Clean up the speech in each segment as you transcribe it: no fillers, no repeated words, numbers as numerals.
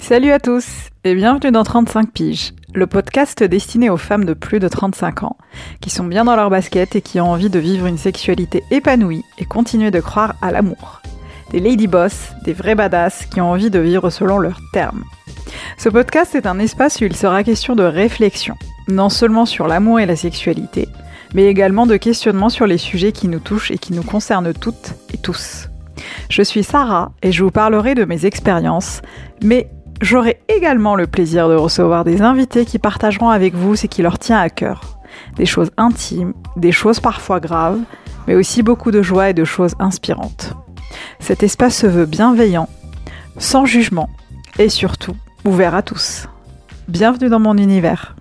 Salut à tous et bienvenue dans 35 piges, le podcast destiné aux femmes de plus de 35 ans qui sont bien dans leur basket et qui ont envie de vivre une sexualité épanouie et continuer de croire à l'amour. Des lady boss, des vrais badass qui ont envie de vivre selon leurs termes. Ce podcast est un espace où il sera question de réflexion, non seulement sur l'amour et la sexualité, mais également de questionnement sur les sujets qui nous touchent et qui nous concernent toutes et tous. Je suis Sarah et je vous parlerai de mes expériences, mais j'aurai également le plaisir de recevoir des invités qui partageront avec vous ce qui leur tient à cœur. Des choses intimes, des choses parfois graves, mais aussi beaucoup de joie et de choses inspirantes. Cet espace se veut bienveillant, sans jugement et surtout ouvert à tous. Bienvenue dans mon univers.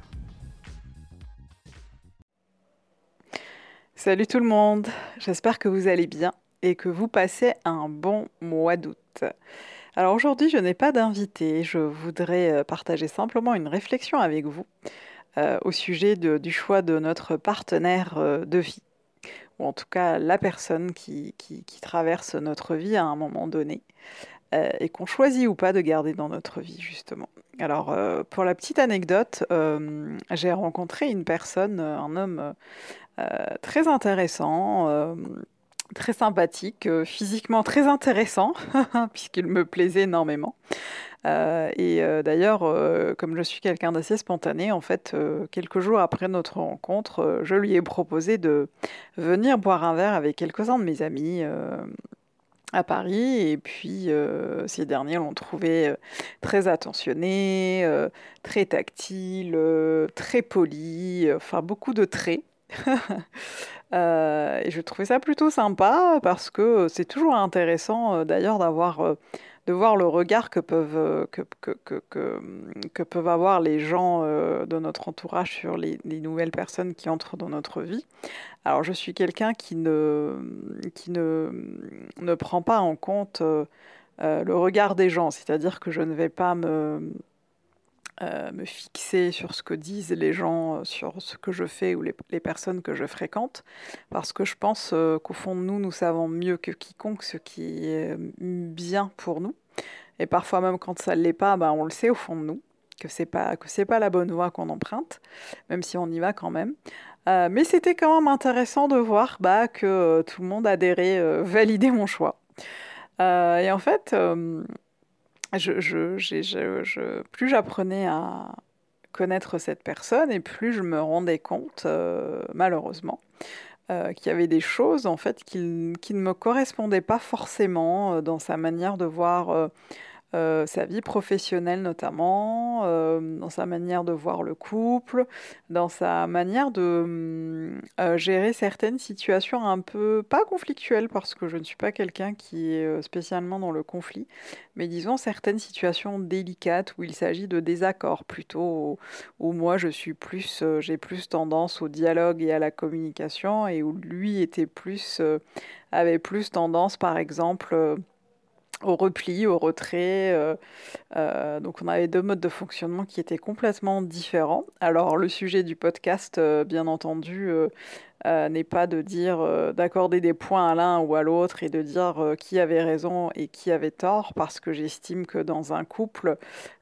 Salut tout le monde, j'espère que vous allez bien et que vous passez un bon mois d'août. Alors aujourd'hui, je n'ai pas d'invité, je voudrais partager simplement une réflexion avec vous au sujet du choix de notre partenaire de vie, ou en tout cas la personne qui traverse notre vie à un moment donné, et qu'on choisit ou pas de garder dans notre vie justement. Alors pour la petite anecdote, j'ai rencontré une personne, un homme très intéressant, très sympathique, physiquement très intéressant, puisqu'il me plaisait énormément. D'ailleurs, comme je suis quelqu'un d'assez spontané, en fait, quelques jours après notre rencontre, je lui ai proposé de venir boire un verre avec quelques-uns de mes amis à Paris. Et puis, ces derniers l'ont trouvé très attentionné, très tactile, très poli, enfin beaucoup de traits. Et je trouvais ça plutôt sympa parce que c'est toujours intéressant d'ailleurs de voir le regard que peuvent avoir les gens de notre entourage sur les nouvelles personnes qui entrent dans notre vie. Alors je suis quelqu'un qui ne prend pas en compte le regard des gens, c'est-à-dire que je ne vais pas me fixer sur ce que disent les gens, sur ce que je fais ou les personnes que je fréquente, parce que je pense qu'au fond de nous, nous savons mieux que quiconque ce qui est bien pour nous. Et parfois même quand ça ne l'est pas, bah, on le sait au fond de nous, que c'est pas la bonne voie qu'on emprunte, même si on y va quand même. Mais c'était quand même intéressant de voir que tout le monde adhérait, validait mon choix. Et en fait, plus j'apprenais à connaître cette personne et plus je me rendais compte, malheureusement, qu'il y avait des choses en fait qui ne me correspondaient pas forcément dans sa manière de voir sa vie professionnelle notamment, dans sa manière de voir le couple, dans sa manière de gérer certaines situations un peu, pas conflictuelles, parce que je ne suis pas quelqu'un qui est spécialement dans le conflit, mais disons certaines situations délicates où il s'agit de désaccords plutôt, où moi j'ai plus tendance au dialogue et à la communication, et où lui avait plus tendance par exemple au repli, au retrait. Donc on avait deux modes de fonctionnement qui étaient complètement différents. Alors le sujet du podcast, bien entendu, n'est pas de dire d'accorder des points à l'un ou à l'autre et de dire qui avait raison et qui avait tort, parce que j'estime que dans un couple,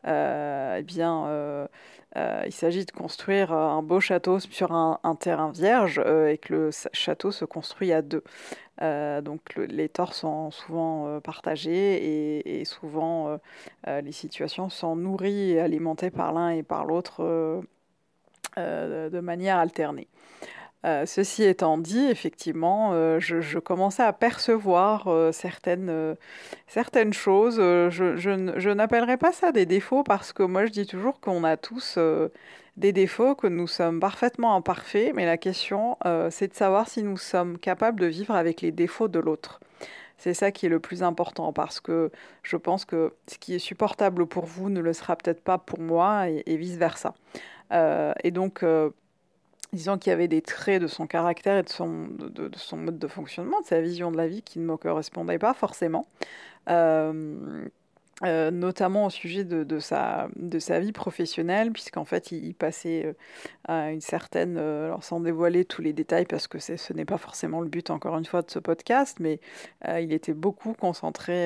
il s'agit de construire un beau château sur un terrain vierge et que le château se construit à deux. Donc les torts sont souvent partagés et souvent les situations sont nourries et alimentées par l'un et par l'autre de manière alternée. Ceci étant dit, effectivement, je commençais à percevoir certaines choses. Je n'appellerais pas ça des défauts, parce que moi je dis toujours qu'on a tous des défauts, que nous sommes parfaitement imparfaits, mais la question c'est de savoir si nous sommes capables de vivre avec les défauts de l'autre. C'est ça qui est le plus important, parce que je pense que ce qui est supportable pour vous ne le sera peut-être pas pour moi, et vice-versa. Et donc, disons qu'il y avait des traits de son caractère et de son mode de fonctionnement, de sa vision de la vie qui ne me correspondaient pas forcément. Euh, notamment au sujet de sa vie professionnelle, puisqu'en fait, il passait à une certaine, alors sans dévoiler tous les détails, parce que ce n'est pas forcément le but, encore une fois, de ce podcast, mais il était beaucoup concentré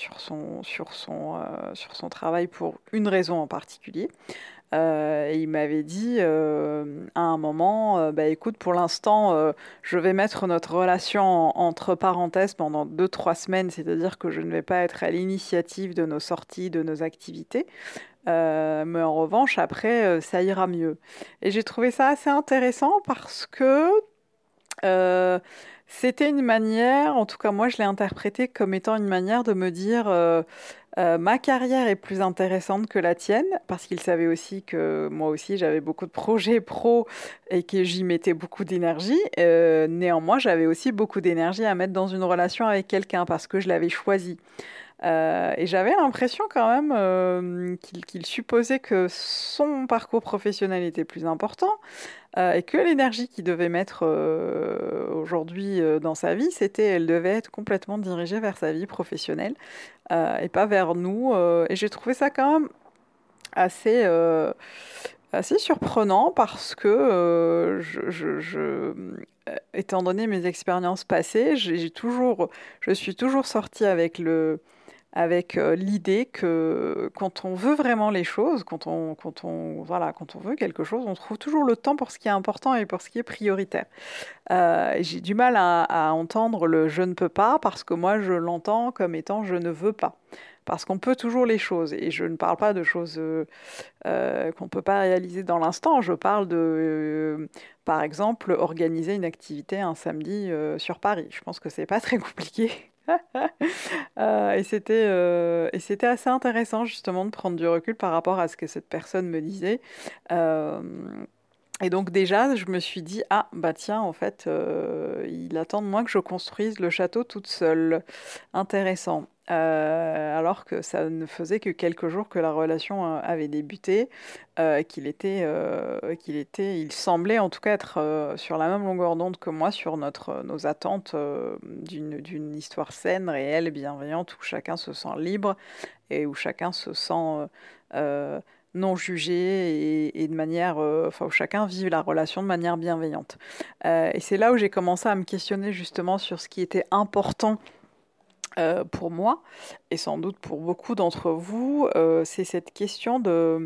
sur son travail pour une raison en particulier. Et il m'avait dit à un moment, bah écoute, pour l'instant, je vais mettre notre relation entre parenthèses pendant 2, 3 semaines, c'est-à-dire que je ne vais pas être à l'initiative de nos sorties, de nos activités. Mais en revanche, après, ça ira mieux. Et j'ai trouvé ça assez intéressant parce que euh, c'était une manière, en tout cas moi je l'ai interprété comme étant une manière de me dire ma carrière est plus intéressante que la tienne, parce qu'il savait aussi que moi aussi j'avais beaucoup de projets pro et que j'y mettais beaucoup d'énergie. Néanmoins, j'avais aussi beaucoup d'énergie à mettre dans une relation avec quelqu'un parce que je l'avais choisi. Et j'avais l'impression quand même qu'il supposait que son parcours professionnel était plus important et que l'énergie qu'il devait mettre aujourd'hui dans sa vie, elle devait être complètement dirigée vers sa vie professionnelle et pas vers nous. Et j'ai trouvé ça quand même assez, assez surprenant parce que, étant donné mes expériences passées, je suis toujours sortie avec avec l'idée que quand on veut vraiment les choses, voilà, quand on veut quelque chose, on trouve toujours le temps pour ce qui est important et pour ce qui est prioritaire. J'ai du mal à entendre le je ne peux pas parce que moi je l'entends comme étant je ne veux pas. Parce qu'on peut toujours les choses. Et je ne parle pas de choses qu'on ne peut pas réaliser dans l'instant. Je parle par exemple, organiser une activité un samedi sur Paris. Je pense que c'est pas très compliqué. Et c'était assez intéressant justement de prendre du recul par rapport à ce que cette personne me disait. Euh, et donc déjà, je me suis dit, ah bah tiens, en fait, il attend de moi que je construise le château toute seule. Intéressant. Alors que ça ne faisait que quelques jours que la relation avait débuté, il semblait en tout cas être sur la même longueur d'onde que moi sur nos attentes d'une histoire saine, réelle, bienveillante, où chacun se sent libre et où chacun se sent euh, non jugé et de manière, enfin où chacun vive la relation de manière bienveillante. Et c'est là où j'ai commencé à me questionner justement sur ce qui était important pour moi et sans doute pour beaucoup d'entre vous, c'est cette question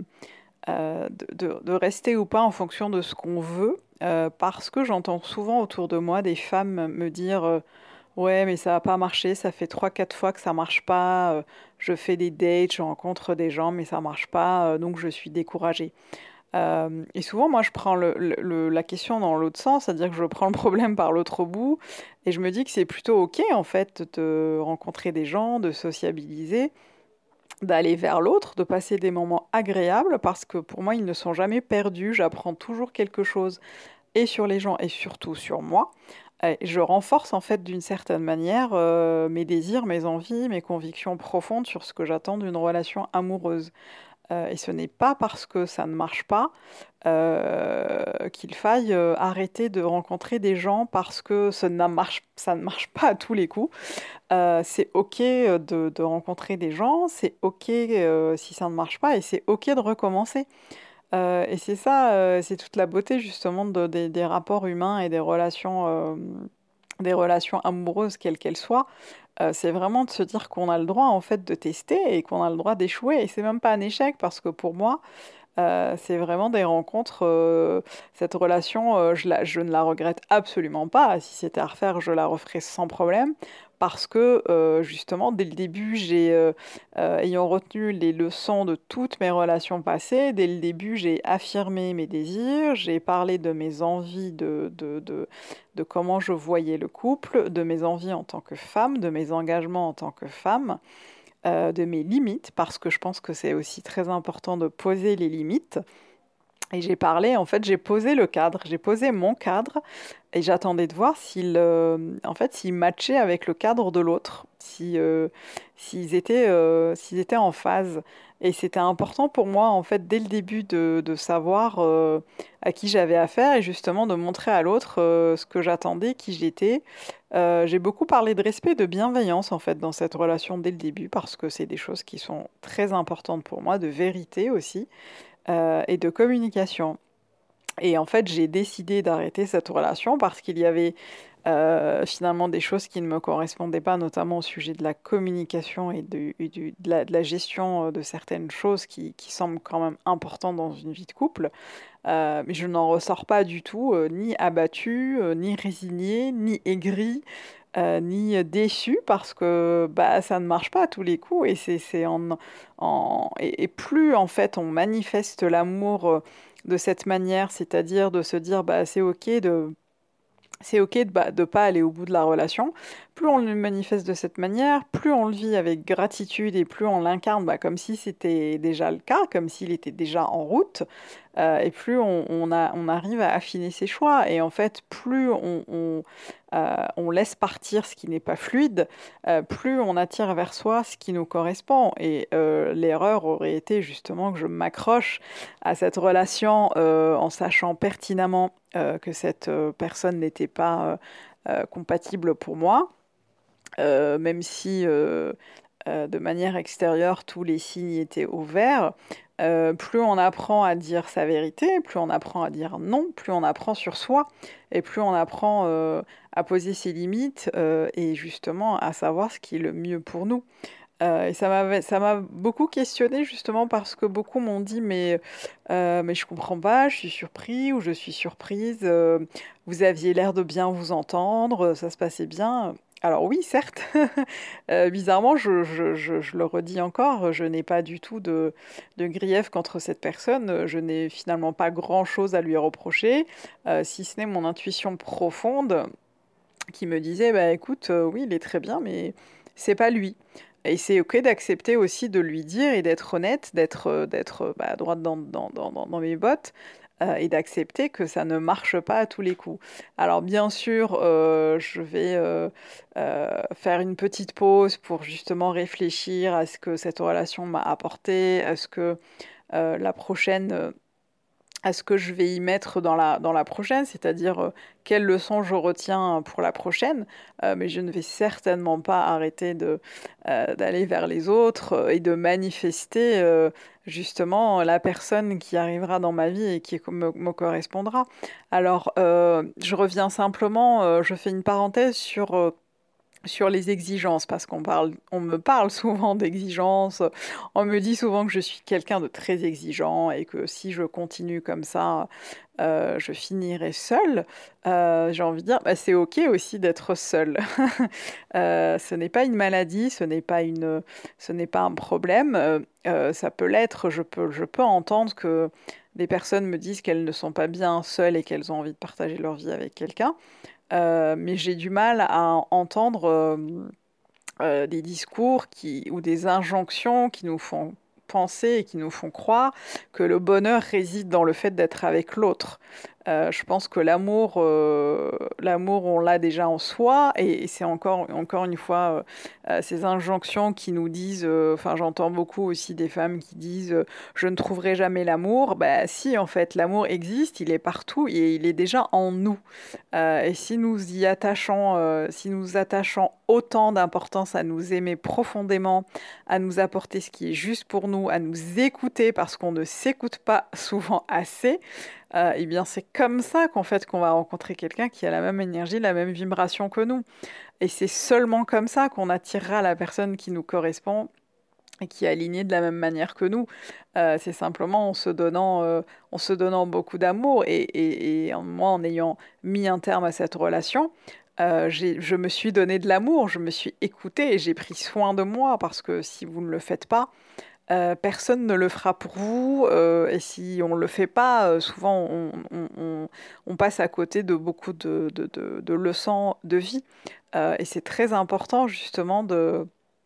de rester ou pas en fonction de ce qu'on veut. Parce que j'entends souvent autour de moi des femmes me dire ouais, mais ça va pas marcher, ça fait 3, 4 fois que ça marche pas, je fais des dates, je rencontre des gens, mais ça marche pas, donc je suis découragée. Et souvent, moi, je prends la question dans l'autre sens, c'est-à-dire que je prends le problème par l'autre bout, et je me dis que c'est plutôt OK, en fait, de rencontrer des gens, de sociabiliser, d'aller vers l'autre, de passer des moments agréables, parce que pour moi, ils ne sont jamais perdus, j'apprends toujours quelque chose, et sur les gens, et surtout sur moi. Et je renforce, en fait, d'une certaine manière, mes désirs, mes envies, mes convictions profondes sur ce que j'attends d'une relation amoureuse. Et ce n'est pas parce que ça ne marche pas qu'il faille arrêter de rencontrer des gens parce que ça ne marche pas à tous les coups. C'est OK de rencontrer des gens, c'est OK si ça ne marche pas, et c'est OK de recommencer. Et c'est ça, c'est toute la beauté justement des rapports humains et des relations amoureuses, quelles qu'elles soient. C'est vraiment de se dire qu'on a le droit en fait de tester et qu'on a le droit d'échouer. Et c'est même pas un échec parce que pour moi, c'est vraiment des rencontres. Cette relation, je ne la regrette absolument pas. Si c'était à refaire, je la referais sans problème. Parce que justement, dès le début, ayant retenu les leçons de toutes mes relations passées, dès le début, j'ai affirmé mes désirs, j'ai parlé de mes envies, de comment je voyais le couple, de mes envies en tant que femme, de mes engagements en tant que femme, de mes limites, parce que je pense que c'est aussi très important de poser les limites. Et j'ai parlé, en fait, j'ai posé le cadre, j'ai posé mon cadre et j'attendais de voir en fait, s'il matchait avec le cadre de l'autre, s'ils étaient en phase. Et c'était important pour moi, en fait, dès le début de savoir à qui j'avais affaire et justement de montrer à l'autre ce que j'attendais, qui j'étais. J'ai beaucoup parlé de respect, de bienveillance, en fait, dans cette relation dès le début parce que c'est des choses qui sont très importantes pour moi, de vérité aussi et de communication. Et en fait, j'ai décidé d'arrêter cette relation parce qu'il y avait finalement des choses qui ne me correspondaient pas, notamment au sujet de la communication de la gestion de certaines choses qui semblent quand même importantes dans une vie de couple. Mais je n'en ressors pas du tout, ni abattue, ni résignée, ni aigrie, ni déçue, parce que bah, ça ne marche pas à tous les coups. Et plus en fait on manifeste l'amour de cette manière, c'est-à-dire de se dire bah, c'est ok de pas aller au bout de la relation. Plus on le manifeste de cette manière, plus on le vit avec gratitude et plus on l'incarne bah, comme si c'était déjà le cas, comme s'il était déjà en route. Et plus on arrive à affiner ses choix. Et en fait, plus on laisse partir ce qui n'est pas fluide, plus on attire vers soi ce qui nous correspond. Et l'erreur aurait été justement que je m'accroche à cette relation en sachant pertinemment que cette personne n'était pas compatible pour moi, même si de manière extérieure tous les signes étaient au vert. Plus on apprend à dire sa vérité, plus on apprend à dire non, plus on apprend sur soi, et plus on apprend à poser ses limites et justement à savoir ce qui est le mieux pour nous. Et ça m'a beaucoup questionné justement parce que beaucoup m'ont dit mais je comprends pas, je suis surpris ou je suis surprise, vous aviez l'air de bien vous entendre, ça se passait bien. Alors oui, certes, bizarrement, je le redis encore, je n'ai pas du tout de grief contre cette personne, je n'ai finalement pas grand-chose à lui reprocher, si ce n'est mon intuition profonde qui me disait, bah écoute, oui, il est très bien, mais c'est pas lui. Et c'est ok d'accepter aussi de lui dire et d'être honnête, d'être bah, droite dans mes bottes et d'accepter que ça ne marche pas à tous les coups. Alors bien sûr, je vais faire une petite pause pour justement réfléchir à ce que cette relation m'a apporté, à ce que la prochaine à ce que je vais y mettre dans la prochaine, c'est-à-dire quelles leçons je retiens pour la prochaine, mais je ne vais certainement pas arrêter d'aller vers les autres et de manifester justement la personne qui arrivera dans ma vie et qui me correspondra. Alors, je reviens simplement, je fais une parenthèse sur les exigences, parce on me parle souvent d'exigences, on me dit souvent que je suis quelqu'un de très exigeant et que si je continue comme ça, je finirai seule. J'ai envie de dire, bah, c'est ok aussi d'être seule. Ce n'est pas une maladie, ce n'est pas un problème. Ça peut l'être. Je peux entendre que des personnes me disent qu'elles ne sont pas bien seules et qu'elles ont envie de partager leur vie avec quelqu'un. Mais j'ai du mal à entendre des discours ou des injonctions qui nous font penser et qui nous font croire que le bonheur réside dans le fait d'être avec l'autre. Je pense que l'amour, on l'a déjà en soi, et c'est encore une fois ces injonctions qui nous disent, enfin j'entends beaucoup aussi des femmes qui disent je ne trouverai jamais l'amour. Bah si, en fait, l'amour existe, il est partout et il est déjà en nous. Et si nous attachons autant d'importance à nous aimer profondément, à nous apporter ce qui est juste pour nous, à nous écouter parce qu'on ne s'écoute pas souvent assez, eh bien c'est comme ça qu'en fait qu'on va rencontrer quelqu'un qui a la même énergie, la même vibration que nous. Et c'est seulement comme ça qu'on attirera la personne qui nous correspond et qui est alignée de la même manière que nous. C'est simplement en se donnant beaucoup d'amour moi en ayant mis un terme à cette relation. Je me suis donné de l'amour, je me suis écoutée et j'ai pris soin de moi parce que si vous ne le faites pas, personne ne le fera pour vous, et si on ne le fait pas, souvent on passe à côté de beaucoup de leçons de vie. Et c'est très important justement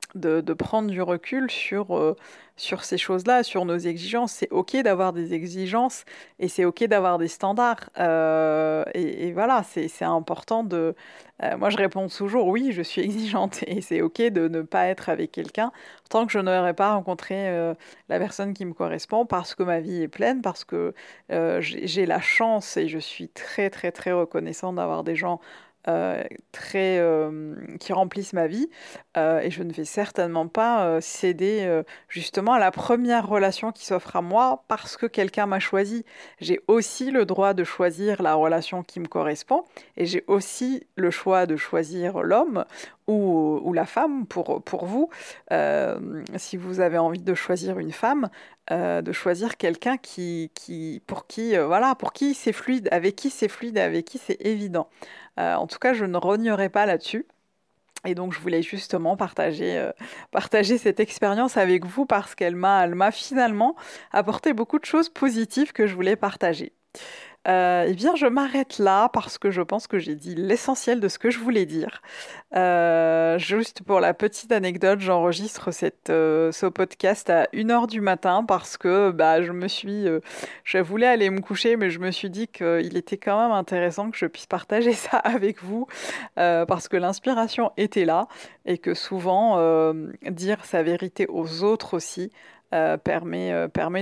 de prendre du recul sur ces choses-là, sur nos exigences. C'est OK d'avoir des exigences et c'est OK d'avoir des standards. Et voilà, c'est important de... moi, je réponds toujours oui, je suis exigeante et c'est OK de ne pas être avec quelqu'un tant que je n'aurais pas rencontré la personne qui me correspond parce que ma vie est pleine, parce que j'ai la chance et je suis très, très, très reconnaissante d'avoir des gens euh, qui remplissent ma vie. Et je ne vais certainement pas céder justement à la première relation qui s'offre à moi parce que quelqu'un m'a choisi. J'ai aussi le droit de choisir la relation qui me correspond et j'ai aussi le choix de choisir l'homme ou la femme pour vous. Si vous avez envie de choisir une femme, de choisir quelqu'un pour qui, voilà, pour qui c'est fluide, avec qui c'est évident. En tout cas, je ne rognerai pas là-dessus. Et donc, je voulais justement partager cette expérience avec vous parce elle m'a finalement apporté beaucoup de choses positives que je voulais partager. Eh bien, je m'arrête là parce que je pense que j'ai dit l'essentiel de ce que je voulais dire. Juste pour la petite anecdote, j'enregistre ce podcast à 1 heure du matin parce que bah, je voulais aller me coucher, mais je me suis dit qu'il était quand même intéressant que je puisse partager ça avec vous parce que l'inspiration était là et que souvent dire sa vérité aux autres aussi permet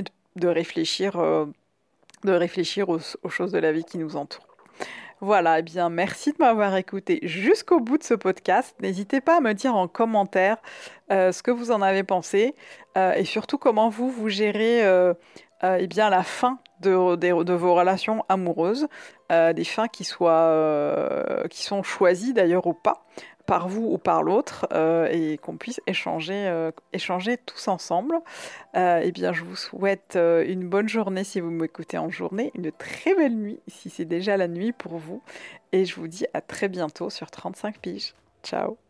de réfléchir aux choses de la vie qui nous entourent. Voilà, eh bien, merci de m'avoir écouté jusqu'au bout de ce podcast. N'hésitez pas à me dire en commentaire ce que vous en avez pensé et surtout comment vous gérez eh bien, la fin de vos relations amoureuses, des fins qui sont choisies d'ailleurs ou pas, par vous ou par l'autre, et qu'on puisse échanger tous ensemble. Eh bien, je vous souhaite une bonne journée si vous m'écoutez en journée, une très belle nuit si c'est déjà la nuit pour vous, et je vous dis à très bientôt sur 35 piges. Ciao!